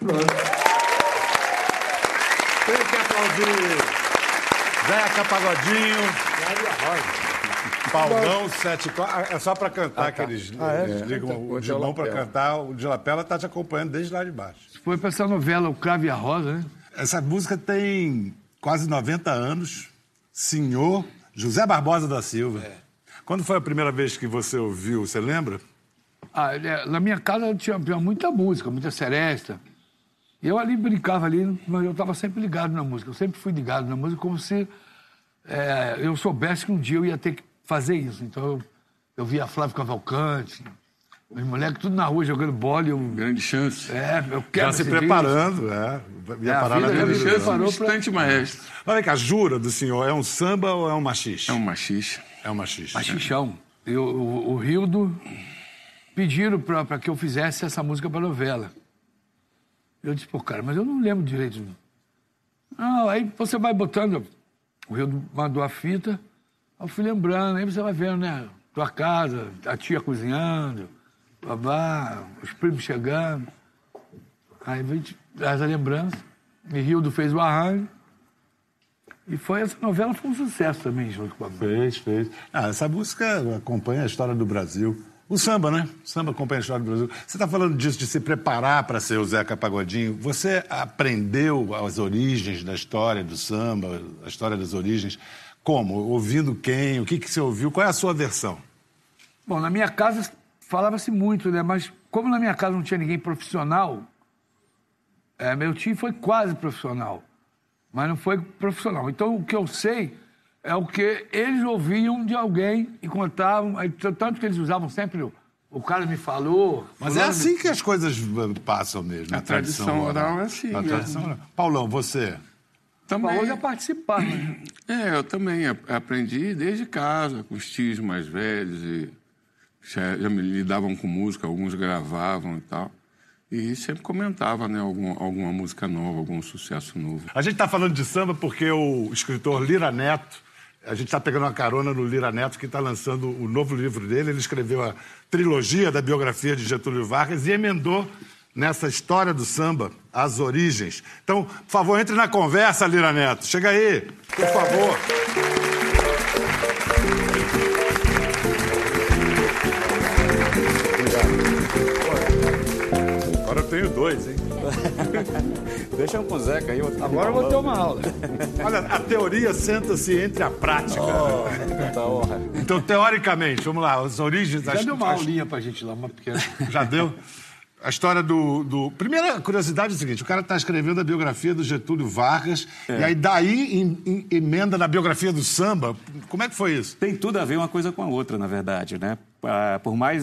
Pronto. Tem que aplaudir. Zeca Pagodinho. Paulão, 7-4. É só para cantar que eles ligam o Gilmão para cantar. O de Lapela está te acompanhando desde lá de baixo. Foi para essa novela, O Cravo e a Rosa, né? Essa música tem quase 90 anos. Senhor José Barbosa da Silva. Quando foi a primeira vez que você ouviu, você lembra? Na minha casa tinha muita música, muita seresta. E eu ali brincava ali, mas eu estava sempre ligado na música. Eu sempre fui ligado na música como se eu soubesse que um dia eu ia ter que fazer isso. Então eu via Flávio Cavalcante, os moleques tudo na rua jogando bola. Grande chance. Eu quero Já se preparando, ia parar na Grande televisão. chance, um instante maestro. Mas vem cá, jura do senhor, é um samba ou é um machixe? É um machixe. É um machixe. Machichão. O Rildo pediram para que eu fizesse essa música para novela. Eu disse, pô, cara, mas eu não lembro direito. Não, aí você vai botando. O Rildo mandou a fita, eu fui lembrando, aí você vai vendo, né? Tua casa, a tia cozinhando, babá, os primos chegando. Aí veio essa lembrança, e Rildo fez o arranjo. E essa novela foi um sucesso também, junto com a banda. Fez. Essa música acompanha a história do Brasil. O samba, né? O samba acompanha a história do Brasil. Você está falando disso, de se preparar para ser o Zeca Pagodinho. Você aprendeu as origens da história do samba, a história das origens, como? Ouvindo quem? O que você ouviu? Qual é a sua versão? Bom, na minha casa falava-se muito, né? Mas como na minha casa não tinha ninguém profissional, meu tio foi quase profissional, mas não foi profissional. Então, o que eu sei é o que eles ouviam de alguém e contavam, tanto que eles usavam sempre o cara me falou... Mas é assim que as coisas passam mesmo, A tradição oral é assim. A tradição oral. Paulão, você? Também. Paulo já participava, né? Eu também aprendi desde casa, com os tios mais velhos, e já me lidavam com música, alguns gravavam e tal. E sempre comentava, né, alguma música nova, algum sucesso novo. A gente está falando de samba porque o escritor Lira Neto, a gente está pegando uma carona no Lira Neto, que está lançando o novo livro dele. Ele escreveu a trilogia da biografia de Getúlio Vargas e emendou nessa história do samba as origens. Então, por favor, entre na conversa, Lira Neto. Chega aí, por favor. Agora eu tenho dois, hein? Deixa um com o Zeca aí. Agora eu vou ter uma aula. Olha, a teoria senta-se entre a prática. Tanta honra. Então, teoricamente, vamos lá, as origens... Já deu uma aulinha pra gente lá, uma pequena. Já deu? A história Primeira curiosidade é a seguinte, o cara está escrevendo a biografia do Getúlio Vargas, e aí daí emenda na biografia do samba. Como é que foi isso? Tem tudo a ver uma coisa com a outra, na verdade, né? Por mais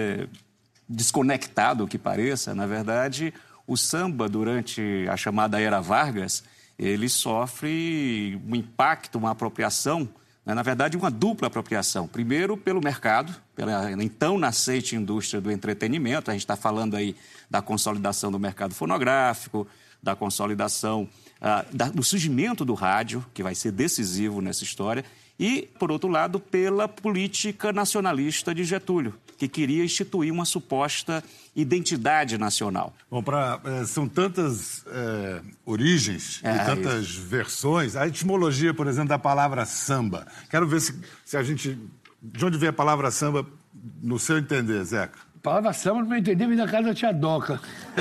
desconectado que pareça, na verdade, o samba, durante a chamada Era Vargas, ele sofre um impacto, uma apropriação, né? Na verdade, uma dupla apropriação. Primeiro, pelo mercado, pela então nascente indústria do entretenimento. A gente está falando aí da consolidação do mercado fonográfico, da consolidação, do surgimento do rádio, que vai ser decisivo nessa história. E, por outro lado, pela política nacionalista de Getúlio, que queria instituir uma suposta identidade nacional. Bom, são tantas origens e tantas versões. A etimologia, por exemplo, da palavra samba. Quero ver se a gente... De onde vem a palavra samba, no seu entender, Zeca? A palavra samba, no meu entender, vem da casa da tia Doca.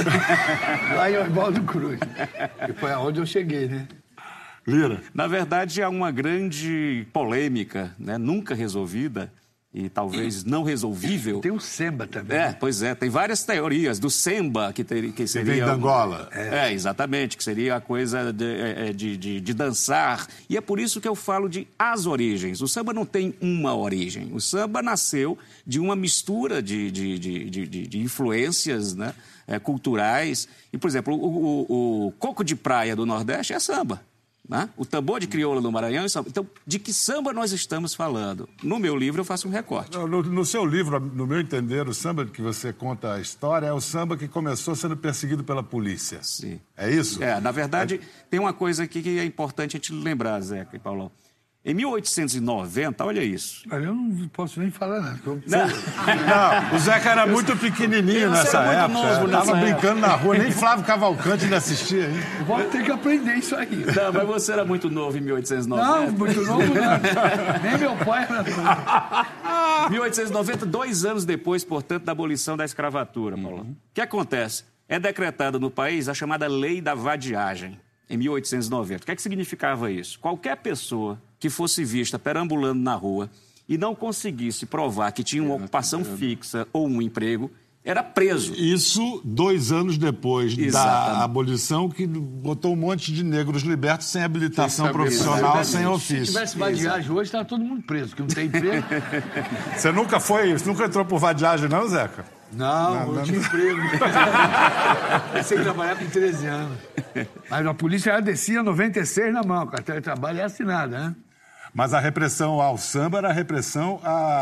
Lá em Oswaldo Cruz. E foi aonde eu cheguei, né? Lira? Na verdade, há uma grande polêmica, né, nunca resolvida e talvez não resolvível. Tem o samba também. Pois é, tem várias teorias do samba que seria... Vem da Angola. Exatamente, que seria a coisa de dançar. E é por isso que eu falo de as origens. O samba não tem uma origem. O samba nasceu de uma mistura de influências, né, culturais. E, por exemplo, o coco de praia do Nordeste é samba. Né? O tambor de crioula do Maranhão é samba. Então, de que samba nós estamos falando? No meu livro eu faço um recorte. No seu livro, no meu entender, o samba que você conta a história é o samba que começou sendo perseguido pela polícia. Sim. É isso? Na verdade, tem uma coisa aqui que é importante a gente lembrar, Zeca e Paulão. Em 1890, olha isso. Olha, eu não posso nem falar nada. Não, o Zeca era muito pequenininho nessa era muito época. novo Tava nessa brincando na rua, nem Flávio Cavalcante ainda assistia, hein? Vou ter que aprender isso aí. Não, mas você era muito novo em 1890. Não, muito novo não. Nem meu pai era novo. 1890, 2 anos depois, portanto, da abolição da escravatura, Paulo. O que acontece? É decretada no país a chamada Lei da Vadiagem, em 1890. O que significava isso? Qualquer pessoa que fosse vista perambulando na rua e não conseguisse provar que tinha uma ocupação fixa ou um emprego, era preso. Isso 2 anos depois da abolição, que botou um monte de negros libertos sem habilitação profissional, sem Se ofício. tivesse vadiagem hoje, estava todo mundo preso, que não tem emprego. Você nunca entrou por vadiagem, não, Zeca? Não, eu tinha emprego. Comecei a trabalhar com 13 anos. Mas a polícia já descia 96 na mão, carteira de trabalho é assinada, né? Mas a repressão ao samba era a repressão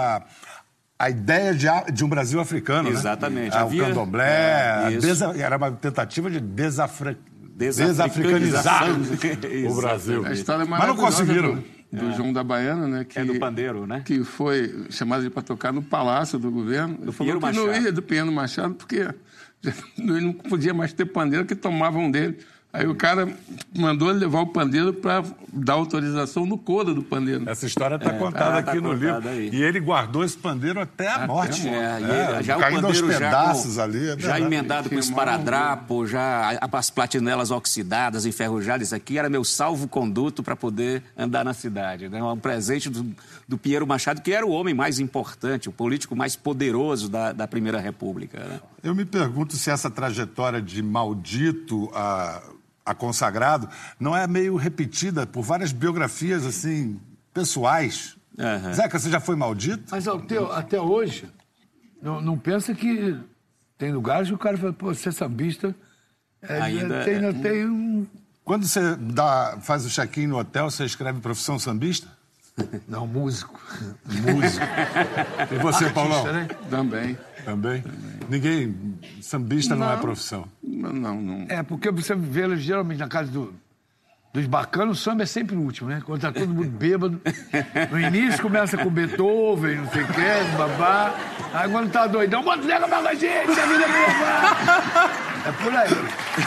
à ideia de um Brasil africano, Exatamente. né? O candomblé, isso. era uma tentativa de desafricanizar o Brasil. A história é Mas não maravilhosa conseguiram. do João da Baiana, né? Que, do pandeiro, né? Que foi chamado para tocar no Palácio do Governo. Ele falou que não ia do Pinheiro Machado, porque ele não podia mais ter pandeiro, que tomavam dele. Aí o cara mandou ele levar o pandeiro para dar autorização no couro do pandeiro. Essa história está contada aqui no livro. Aí. E ele guardou esse pandeiro até a morte. Já o caindo aos pandeiro pedaços ali. Já emendado com esparadrapo, já as platinelas oxidadas, enferrujadas. Isso aqui era meu salvo-conduto para poder andar na cidade. Né? Um presente do Pinheiro Machado, que era o homem mais importante, o político mais poderoso da Primeira República. Né? Eu me pergunto se essa trajetória de maldito a consagrado não é meio repetida por várias biografias, assim, pessoais. Uhum. Zeca, você já foi maldito? Mas até hoje, não pensa que tem lugares que o cara fala, pô, você é sambista, ainda tem um... Quando você faz o check-in no hotel, você escreve profissão sambista? Não, músico. Músico. E você, Paulão? Né? Também? Ninguém... Sambista não é profissão. Não. É, porque você vê geralmente na casa dos bacanos, o samba é sempre o último, né? Quando tá todo mundo bêbado. No início começa com Beethoven, não sei o que, babá. Aí quando tá doidão, bota o nega pra gente, a vida vai levar. É por aí.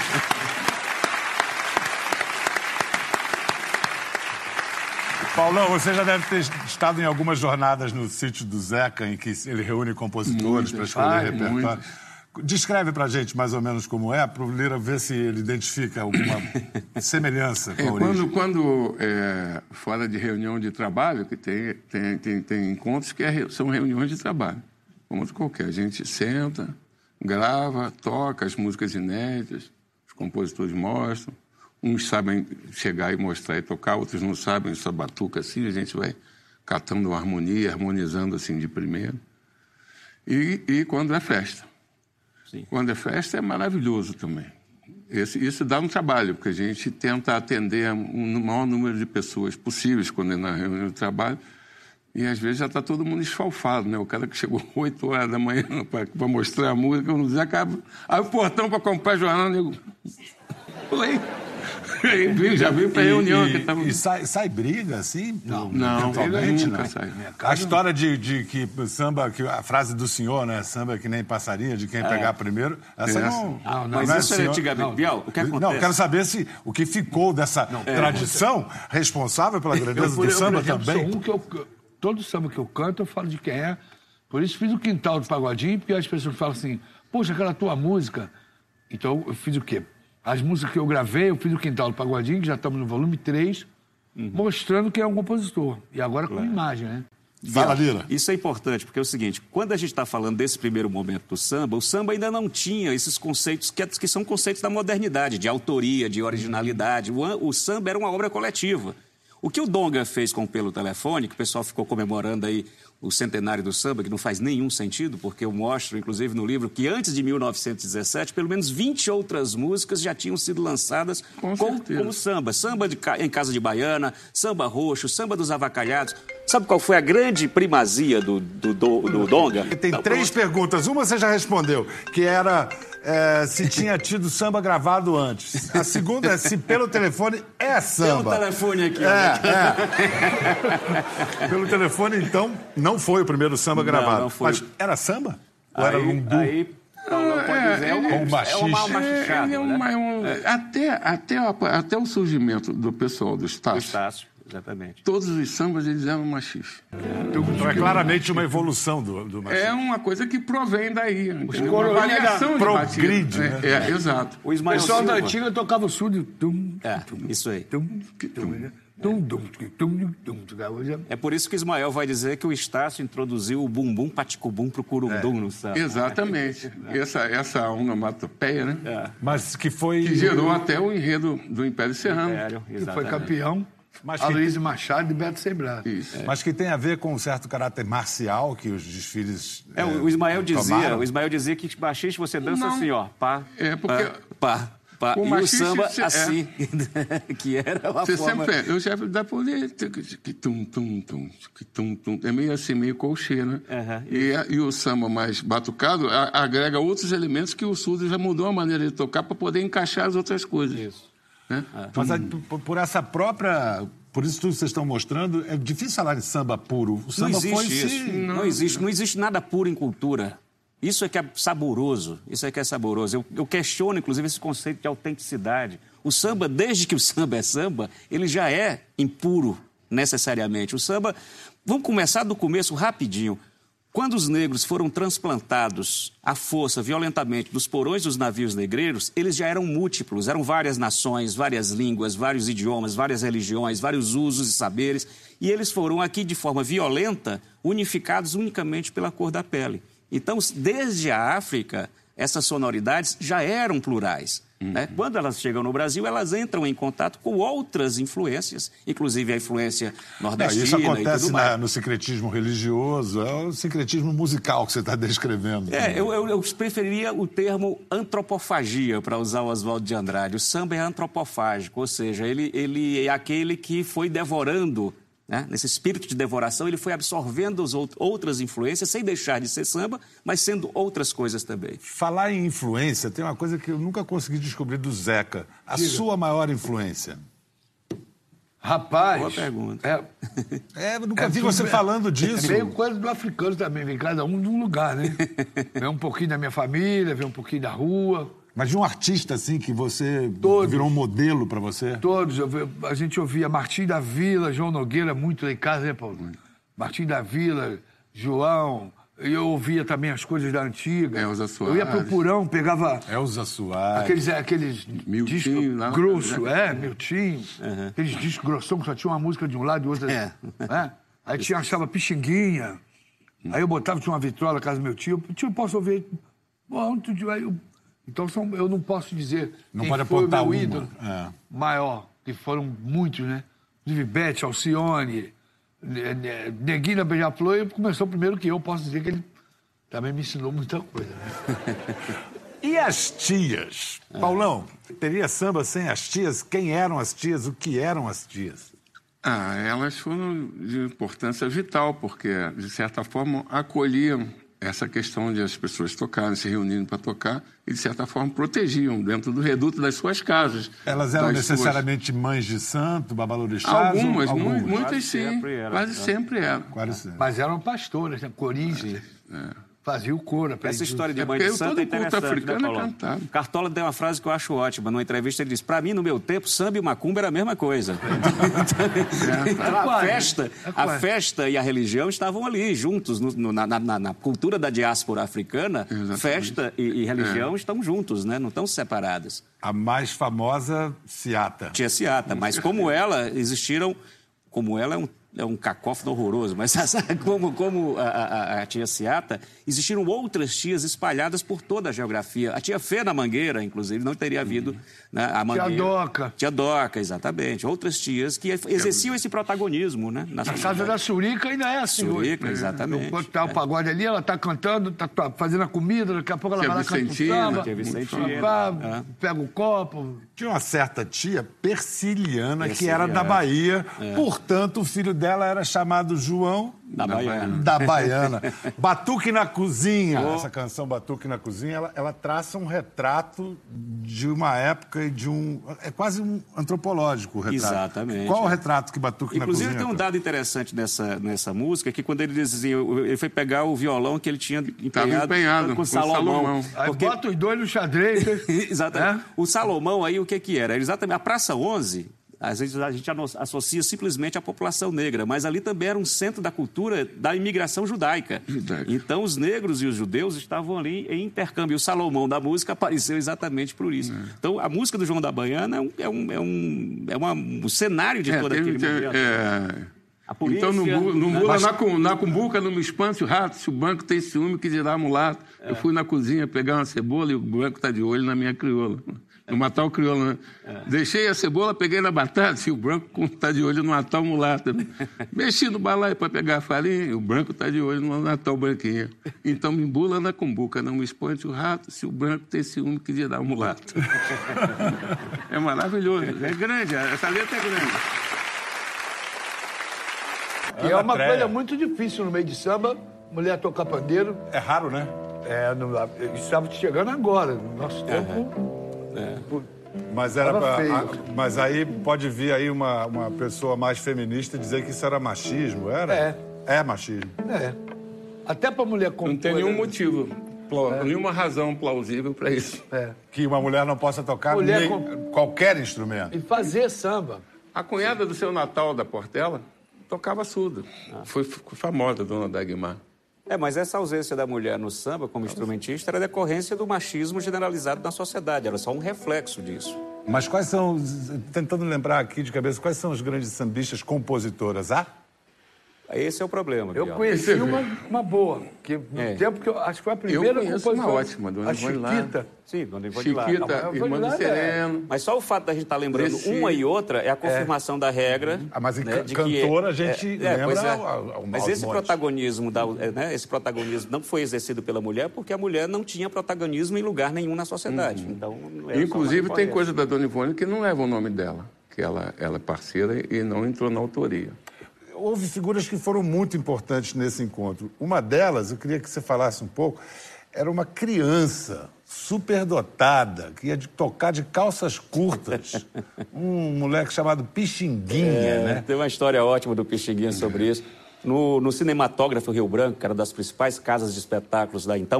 Paulão, você já deve ter estado em algumas jornadas no sítio do Zeca, em que ele reúne compositores para escolher repertório. Descreve pra gente mais ou menos como é, para o Lira ver se ele identifica alguma semelhança com a origem. Quando fora de reunião de trabalho, que tem encontros que são reuniões de trabalho, como outro qualquer. A gente senta, grava, toca as músicas inéditas, os compositores mostram. Uns sabem chegar e mostrar e tocar, outros não sabem, só batuca assim, a gente vai catando uma harmonia, harmonizando assim de primeiro. E quando é festa. Sim. Quando é festa é maravilhoso também. Isso dá um trabalho, porque a gente tenta atender o maior número de pessoas possíveis quando é na reunião de trabalho. E às vezes já está todo mundo esfalfado, né? O cara que chegou 8 horas da manhã para mostrar a música, o Zé acaba. Aí o portão para comprar jornal, nego. Oi. Já veio para reunião. E sai briga, assim? Não, eventualmente, nunca né? sai. A história de que samba, que a frase do senhor, né? Samba é que nem passarinho, de quem pegar primeiro. Essa não. Mas não isso é antigamente. Bial, o que acontece? Não, eu quero saber se o que ficou dessa tradição responsável pela grandeza do samba também. Todo samba que eu canto, eu falo de quem é. Por isso fiz o Quintal do Pagodinho, porque as pessoas falam assim, poxa, aquela tua música. Então eu fiz o quê? As músicas que eu gravei, eu fiz o Quintal do Pagodinho, que já estamos no volume 3, mostrando quem é um compositor. E agora com imagem, né? Fala, Lira. Isso é importante, porque é o seguinte, quando a gente está falando desse primeiro momento do samba, o samba ainda não tinha esses conceitos que são conceitos da modernidade, de autoria, de originalidade. O samba era uma obra coletiva. O que o Donga fez com o Pelo Telefone, que o pessoal ficou comemorando aí o centenário do samba, que não faz nenhum sentido, porque eu mostro, inclusive, no livro, que antes de 1917, pelo menos 20 outras músicas já tinham sido lançadas como samba. Samba em Casa de Baiana, samba roxo, samba dos avacalhados. Sabe qual foi a grande primazia do Donga? Tem 3 perguntas. Uma você já respondeu, que era se tinha tido samba gravado antes. A segunda é se pelo telefone é samba. Pelo telefone aqui. Pelo telefone, então, não foi o primeiro samba gravado. Não foi. Mas era samba? Ou era lundu? Aí, não pode dizer, um machixe. Até o surgimento do pessoal do Estácio, exatamente. todos os sambas eles eram machixe. Então é claramente uma evolução do machixe. É uma coisa que provém daí. Uma coroinha variação de progride, batida. né? Exato. O pessoal da antiga tocava o surdo. Isso aí. É por isso que Ismael vai dizer que o Estácio introduziu o bumbum paticubum pro curundum no samba. Exatamente. Essa onomatopeia, né? Mas que foi... Que gerou até o enredo do Império Serrano. Que foi campeão. Aloysio Machado e Beto Sembrado. Isso. Mas que tem a ver com um certo caráter marcial que os desfiles o Ismael tomaram. dizia que machiste você dança assim, ó. Pá, porque... pá. O e machiste, o samba assim, que era uma forma... Sempre, eu já da política, é meio assim, meio colchê, né? E o samba mais batucado agrega outros elementos que o surdo já mudou a maneira de tocar para poder encaixar as outras coisas. Isso. Né? Mas por essa própria... Por isso tudo que vocês estão mostrando, é difícil falar em samba puro. O samba Não existe foi isso. Não existe nada puro em cultura. Isso é que é saboroso. Eu questiono, inclusive, esse conceito de autenticidade. O samba, desde que o samba é samba, ele já é impuro, necessariamente. O samba... Vamos começar do começo, rapidinho. Quando os negros foram transplantados à força, violentamente, dos porões dos navios negreiros, eles já eram múltiplos, eram várias nações, várias línguas, vários idiomas, várias religiões, vários usos e saberes, e eles foram aqui, de forma violenta, unificados unicamente pela cor da pele. Então, desde a África, essas sonoridades já eram plurais. Né? Quando elas chegam no Brasil, elas entram em contato com outras influências, inclusive a influência nordestina isso acontece e tudo mais. no sincretismo religioso, é o sincretismo musical que você está descrevendo. Eu preferiria o termo antropofagia, para usar o Oswaldo de Andrade. O samba é antropofágico, ou seja, ele é aquele que foi devorando... Né? Nesse espírito de devoração, ele foi absorvendo as outras influências, sem deixar de ser samba, mas sendo outras coisas também. Falar em influência, tem uma coisa que eu nunca consegui descobrir do Zeca. A sua maior influência? Rapaz... Boa pergunta. Eu nunca vi você falando disso. É meio coisa do africano também, vem cada um de um lugar, né? Vem um pouquinho da minha família, vem um pouquinho da rua... Mas de um artista, assim, que você virou um modelo para você? Todos. A gente ouvia Martim da Vila, João Nogueira, muito lá em casa, né, Paulo? Martim da Vila, João. Eu ouvia também as coisas da antiga. Elza Soares. Eu ia pro Porão, pegava... Elza Soares. Aqueles discos grossos, Miltinho. Aqueles discos grossão que só tinha uma música de um lado e outra... Aí achava Pixinguinha. Aí eu botava, tinha uma vitrola na casa do meu tio. Tio, posso ouvir? Bom, aí eu... Então, eu não posso dizer não quem pode foi o meu uma. ídolo maior, que foram muitos, né? Inclusive, Beth, Alcione, Neguinho da Beija-Flor, ele começou primeiro que eu, posso dizer que ele também me ensinou muita coisa. Né? E as tias? Paulão, teria samba sem as tias? Quem eram as tias? O que eram as tias? Elas foram de importância vital, porque, de certa forma, acolhiam essa questão de as pessoas tocarem, se reunirem para tocar, e, de certa forma, protegiam dentro do reduto das suas casas. Elas eram necessariamente mães de santo, babalorixás? Algumas. Muitas sim. Quase sempre eram. Mas eram pastoras, né? Coristas. Fazia o coro. Essa história de mãe de santo é interessante, né, Paulo? Cartola tem uma frase que eu acho ótima. Numa entrevista ele disse, para mim, no meu tempo, samba e macumba era a mesma coisa. A festa e a religião estavam ali, juntos. Na cultura da diáspora africana, exatamente. Festa e religião estão juntos, né? Não estão separadas. A mais famosa, Ciata. Tia Ciata, mas como ela, existiram... Como ela é um cacófono horroroso, mas como a tia Ciata, existiram outras tias espalhadas por toda a geografia. A tia Fê na Mangueira, inclusive, não teria havido a Mangueira. Tia Doca. Tia Doca, exatamente. Outras tias que exerciam esse protagonismo, né? Na casa da Surica ainda é assim. Surica, exatamente. Enquanto tá o pagode ali, ela tá cantando, tá fazendo a comida, daqui a pouco ela vai lá cantar o samba. Tia Vicentina. Pega o copo. Tinha uma certa tia persiliana que era da Bahia, portanto, o filho dela era chamado João Da Baiana. da Baiana. Batuque na Cozinha. Essa canção Batuque na Cozinha, ela traça um retrato de uma época e de um... É quase um antropológico o retrato. Exatamente. Qual o retrato que Batuque na Cozinha... Inclusive, tem um dado interessante nessa música, que quando ele dizia, ele foi pegar o violão que ele tinha empenhado com Salomão. Aí bota os dois no xadrez. Exatamente. O Salomão aí, o que era? Exatamente, a Praça 11, às vezes a gente associa simplesmente à população negra, mas ali também era um centro da cultura da imigração judaica. Então, os negros e os judeus estavam ali em intercâmbio. E o Salomão da música apareceu exatamente por isso. Então, a música do João da Baiana é um cenário de todo aquele momento. Então, não mula na cumbuca, não me espante o rato, se o banco tem ciúme, que dirá mulato. Eu fui na cozinha pegar uma cebola e o branco está de olho na minha crioula. No matar o crioulo, né? Deixei a cebola, peguei na batata, e o branco está de olho no Natal mulata. Mexi no balaio para pegar a farinha, e o branco está de olho no Natal branquinha. Então me embula na cumbuca, não me espante o rato, se o branco tem ciúme, que dirá mulato. É maravilhoso, é grande, essa letra é grande. Que é uma coisa muito difícil no meio de samba, mulher tocar pandeiro. É raro, né? Isso estava chegando agora, no nosso tempo. Mas aí pode vir aí uma pessoa mais feminista dizer que isso era machismo, era? É machismo. Até para mulher compor. Não tem nenhum motivo, nenhuma razão plausível para isso. Que uma mulher não possa tocar qualquer instrumento. E fazer samba. A cunhada do seu Natal da Portela tocava surdo. Foi famosa, dona Dagmar. Mas essa ausência da mulher no samba como instrumentista era decorrência do machismo generalizado na sociedade. Era só um reflexo disso. Mas quais são, tentando lembrar aqui de cabeça, quais são as grandes sambistas compositoras? Esse é o problema. Eu conheci uma boa, que no tempo que eu acho que foi a primeira compositora. Uma ótima, Dona Ivone Lara. Sim, Dona Ivone Lara. Chiquita, irmã do Sereno. Mas só o fato da gente estar lembrando uma e outra é a confirmação da regra. Mas de cantora a gente lembra Mas esse protagonismo, esse protagonismo não foi exercido pela mulher porque a mulher não tinha protagonismo em lugar nenhum na sociedade. Então, inclusive, tem coisa da Dona Ivone que não leva o nome dela, que ela é parceira e não entrou na autoria. Houve figuras que foram muito importantes nesse encontro. Uma delas, eu queria que você falasse um pouco, era uma criança superdotada, que ia tocar de calças curtas. Um moleque chamado Pixinguinha, né? Tem uma história ótima do Pixinguinha sobre isso. No Cinematógrafo Rio Branco, que era das principais casas de espetáculos da então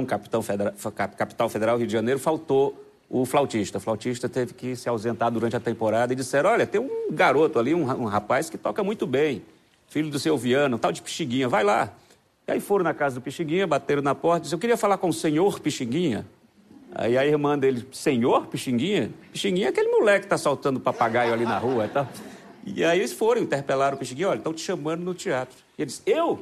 Capital Federal, Rio de Janeiro, faltou o flautista. O flautista teve que se ausentar durante a temporada e disseram, olha, tem um garoto ali, um rapaz que toca muito bem. Filho do seu Viano, tal de Pixinguinha, vai lá. E aí foram na casa do Pixinguinha, bateram na porta, disseram, eu queria falar com o senhor Pixinguinha. Aí a irmã dele, senhor Pixinguinha? Pixinguinha é aquele moleque que tá soltando papagaio ali na rua e tal. E aí eles foram, interpelaram o Pixinguinha, olha, estão te chamando no teatro. E ele disse, eu?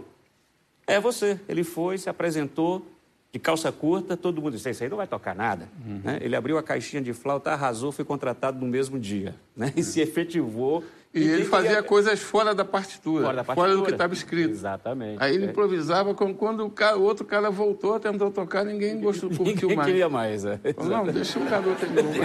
É você. Ele foi, se apresentou, de calça curta, todo mundo disse, isso aí não vai tocar nada. Né? Ele abriu a caixinha de flauta, arrasou, foi contratado no mesmo dia. Né? E se efetivou. E ele fazia coisas fora da partitura, fora do que estava escrito. Exatamente. Aí ele improvisava, quando o outro cara voltou, tentou tocar, ninguém curtiu mais. Ninguém queria mais. Não, deixa o garoto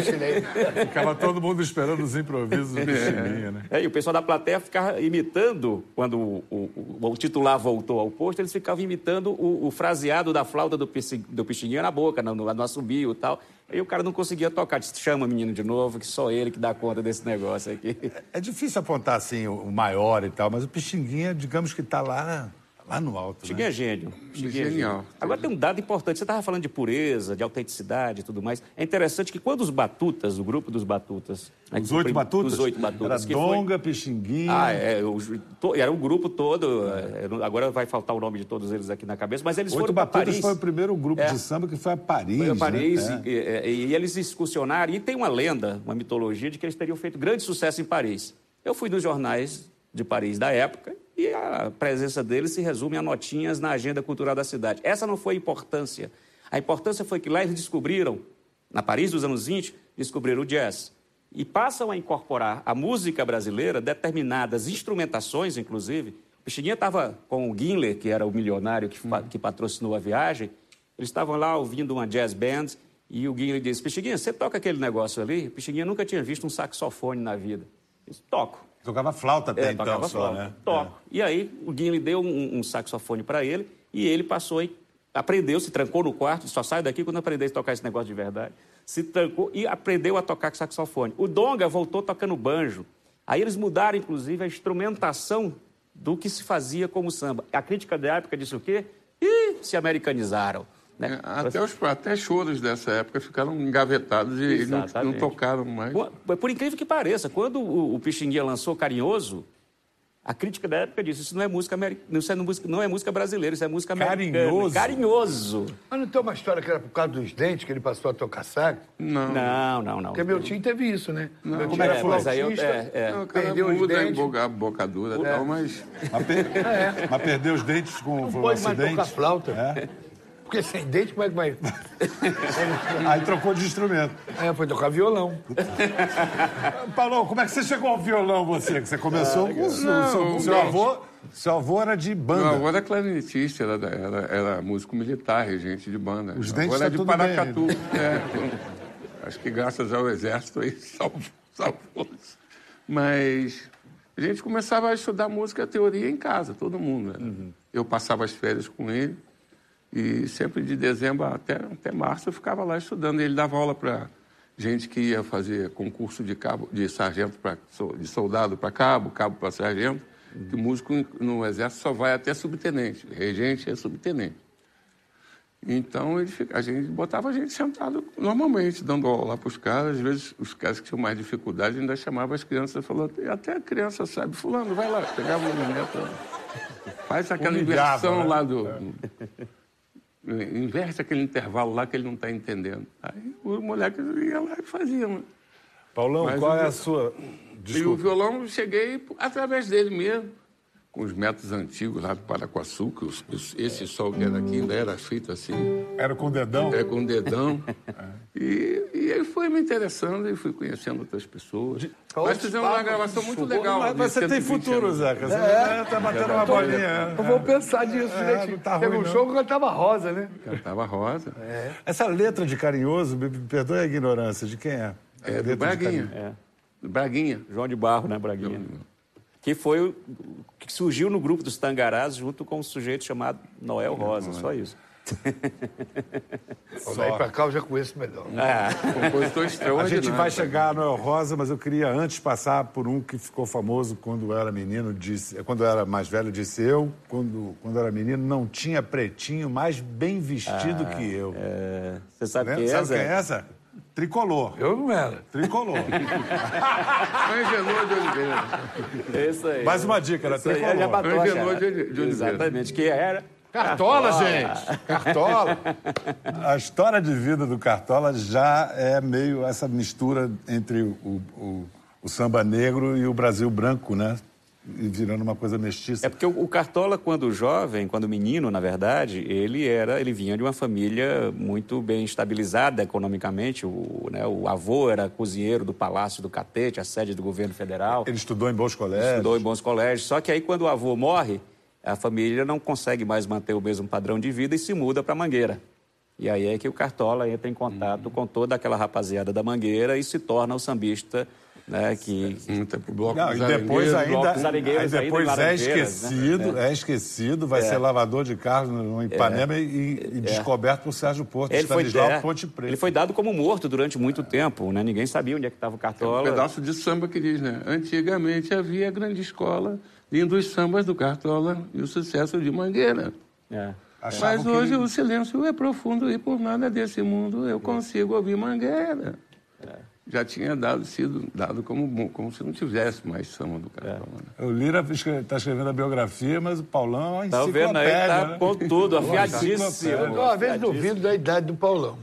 ali. Ficava todo mundo esperando os improvisos do Pixinguinha, né? E o pessoal da plateia ficava imitando, quando o titular voltou ao posto, eles ficavam imitando o fraseado da flauta do Pixinguinha na boca, no assobio e tal. Aí o cara não conseguia tocar, disse, chama o menino de novo, que só ele que dá conta desse negócio aqui. É difícil apontar, assim, o maior e tal, mas o Pixinguinha, digamos que está lá no alto, Pixinguinha é gênio. Pixinguinha é genial. Agora tem um dado importante, você estava falando de pureza, de autenticidade e tudo mais. É interessante que quando os Batutas, o grupo dos Batutas... Os 8 Batutas? Os 8 Batutas. Era Donga, Pixinguinha... Era um grupo todo, agora vai faltar o nome de todos eles aqui na cabeça, mas eles foram para Paris. 8 Batutas foi o primeiro grupo de samba que foi a Paris. Foi a Paris, né? e eles excursionaram, e tem uma lenda, uma mitologia de que eles teriam feito grande sucesso em Paris. Eu fui nos jornais de Paris da época, e a presença deles se resume a notinhas na agenda cultural da cidade. Essa não foi a importância. A importância foi que lá eles descobriram, na Paris dos anos 20, descobriram o jazz. E passam a incorporar à música brasileira determinadas instrumentações, inclusive. O Pixinguinha estava com o Guinler, que era o milionário que patrocinou a viagem. Eles estavam lá ouvindo uma jazz band e o Guinler disse, Pixinguinha, você toca aquele negócio ali? O Pixinguinha nunca tinha visto um saxofone na vida. Eu disse, toco. Tocava flauta até então tocava só, flauta. né? Toco. E aí o Guinle deu um saxofone para ele e ele passou e aprendeu, se trancou no quarto, só sai daqui quando aprender a tocar esse negócio de verdade. Se trancou e aprendeu a tocar com saxofone. O Donga voltou tocando banjo. Aí eles mudaram, inclusive, a instrumentação do que se fazia como samba. A crítica da época disse o quê? Se americanizaram. Né? Até choros dessa época ficaram engavetados e não tocaram mais. Por incrível que pareça, quando o Pixinguinha lançou Carinhoso, a crítica da época disse, isso não é música não é música brasileira, isso é música americana. Carinhoso. Mas não tem uma história que era por causa dos dentes que ele passou a tocar sax? Não. Porque meu tio teve isso, né? Não. Meu tio era flautista, O cara perdeu os muda dentes. a bocadura e tal, mas... Mas perdeu os dentes com Não um pode mais acidente? tocar flauta. É? Porque sem dente, como é que vai? Aí trocou de instrumento. Foi tocar violão. Paulão, como é que você chegou ao violão, você? Que você começou com o seu avô. Seu avô era de banda. Meu avô era clarinetista, era músico militar, regente de banda. Os Meu dentes avô era tá de tudo Paracatu. bem, Acho que graças ao exército aí salvou isso. Mas a gente começava a estudar música, teoria em casa, todo mundo. Né? Eu passava as férias com ele e sempre de dezembro até março eu ficava lá estudando. Ele dava aula para gente que ia fazer concurso de sargento, de soldado para cabo para sargento. Que músico no exército só vai até subtenente, regente é subtenente. Então, a gente botava a gente sentado normalmente, dando aula lá para os caras. Às vezes, os caras que tinham mais dificuldade ainda chamavam as crianças e falavam, até a criança sabe, fulano, vai lá, pegava o neto, faz aquela inversão, né? Lá inverte aquele intervalo lá que ele não está entendendo. Aí o moleque ia lá e fazia, mano. Paulão, qual é a sua... Desculpa. E o violão, cheguei através dele mesmo, com os métodos antigos lá do Paraguaçu, que esse sol que era aqui ainda era feito assim. Era com o dedão? É, com o dedão. E aí foi me interessando e fui conhecendo outras pessoas. Nós fizemos uma gravação muito legal. Mas você tem futuro, Zeca. Você está batendo uma bolinha. Eu vou pensar disso, gente. Teve um show que cantava Rosa, né? Cantava Rosa. Essa letra de Carinhoso, me perdoe a ignorância, de quem é? É do Braguinha. Braguinha. João de Barro, né, Braguinha? Que foi que surgiu no grupo dos Tangarás junto com um sujeito chamado Noel Rosa, só isso. Daí pra cá eu já conheço melhor. Compositor A extraordinário. gente vai chegar no El Rosa, mas eu queria antes passar por um que ficou famoso quando eu era menino, quando eu era mais velho, disse eu, quando era menino, não tinha pretinho mais bem vestido que eu. Você sabe quem é, Sabe Zé? quem é essa? Tricolor. Eu não era. Tricolor. Angelô de Oliveira. É isso aí. Mais uma dica, era Isso aí, já Tricolor. matou a Angelô charada. de Oliveira. Exatamente, que era... Cartola, gente! Cartola! A história de vida do Cartola já é meio essa mistura entre o samba negro e o Brasil branco, né? E virando uma coisa mestiça. É porque o Cartola, quando jovem, quando menino, na verdade, ele vinha de uma família muito bem estabilizada economicamente. O avô era cozinheiro do Palácio do Catete, a sede do governo federal. Ele estudou em bons colégios. Estudou em bons colégios. Só que aí, quando o avô morre, a família não consegue mais manter o mesmo padrão de vida e se muda para Mangueira. E aí é que o Cartola entra em contato com toda aquela rapaziada da Mangueira e se torna o sambista, né, que... Não, e depois depois é né? esquecido, vai ser lavador de carros no Ipanema e descoberto por Sérgio Porto, Stanislau Ponte Preta. Ele foi dado como morto durante muito tempo, né? Ninguém sabia onde é que estava o Cartola. Um pedaço de samba que diz, né? Antigamente havia grande escola, lindos sambas do Cartola e o sucesso de Mangueira. Mas hoje o silêncio é profundo e por nada desse mundo eu consigo ouvir Mangueira. Já tinha sido dado como se não tivesse mais samba do Cartola. Né? O Lira está escrevendo a biografia, mas o Paulão é uma Tá enciclopédia. vendo aí? Tá né? com tudo, afiadíssimo. Eu, às vezes, duvido da idade do Paulão.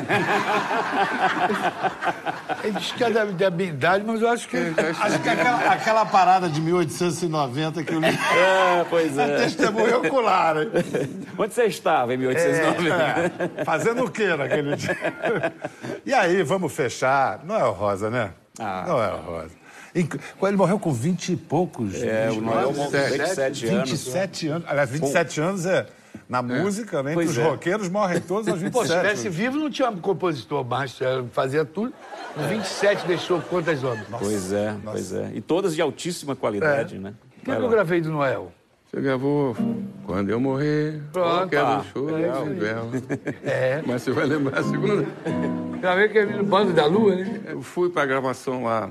Ele diz que é da minha idade, mas eu acho que... Acho que aquela parada de 1890 que o Lira Pois é. testemunhou ocular. Hein? Onde você estava em 1890? Fazendo o quê naquele dia? E aí, vamos fechar. Não é o Rosa, né? Não é o Rosa. Ele morreu com 20 e poucos. O Noel morreu com 27 anos. 27 anos. Aliás, 27 anos Na música, né? Pois Os é. roqueiros morrem todos aos 27. Pô, se estivesse vivo, não tinha um compositor mais, fazia tudo. No 27 deixou quantas obras? Pois é. E todas de altíssima qualidade, né? O que eu gravei do Noel? Você gravou Quando Eu Morrer, Pronto. quero show, Legal. Mas você vai lembrar a segunda. Gravei aquele no Bando da Lua, né? Eu fui pra gravação lá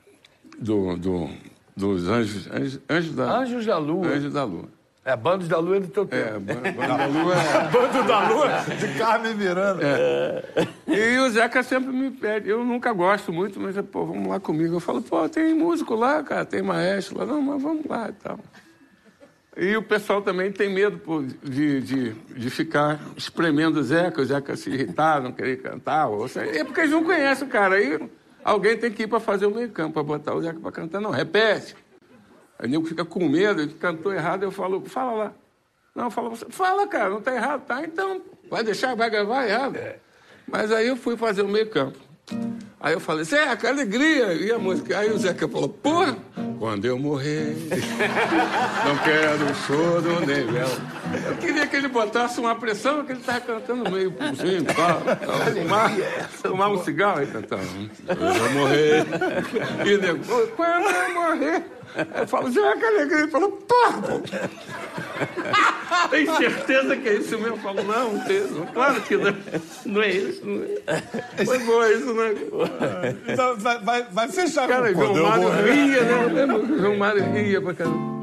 dos Anjos da Anjos da Lua. Anjos da Lua. É, Bandos da Lua é do teu tempo. Banda da Lua Bando da Lua, de Carmen Miranda. E o Zeca sempre me pede, eu nunca gosto muito, mas, pô, vamos lá comigo. Eu falo, pô, tem músico lá, cara, tem maestro lá. Não, mas vamos lá e tal. E o pessoal também tem medo pô, de ficar espremendo o Zeca se irritar, não querer cantar. É porque eles não conhecem o cara. Aí alguém tem que ir para fazer o meio campo, para botar o Zeca para cantar. Não, repete. Aí o nego fica com medo, ele cantou errado, eu falo, fala lá. Não, eu falo, fala, cara, não tá errado, tá? Então, vai deixar, vai gravar errado. Mas aí eu fui fazer o meio campo. Aí eu falei, Zeca, alegria! E a música? Aí o Zeca falou, porra, quando eu morrer, não quero show do Nevel. Eu queria que ele botasse uma pressão, que ele estava cantando meio pulsinho, fumar um cigarro, aí cantava. Quando eu morrer. E o nego, quando eu morrer. Eu falo, Zeca, alegria. Ele falou, porra! Tem certeza que é isso mesmo? Eu falo, não, claro que não. Não é isso. Não é. Foi bom isso, né? Então, vai fechar Cara, com Quando João Eu Mário Morrer. ria, né? Eu lembro que o João Mário ria pra caramba.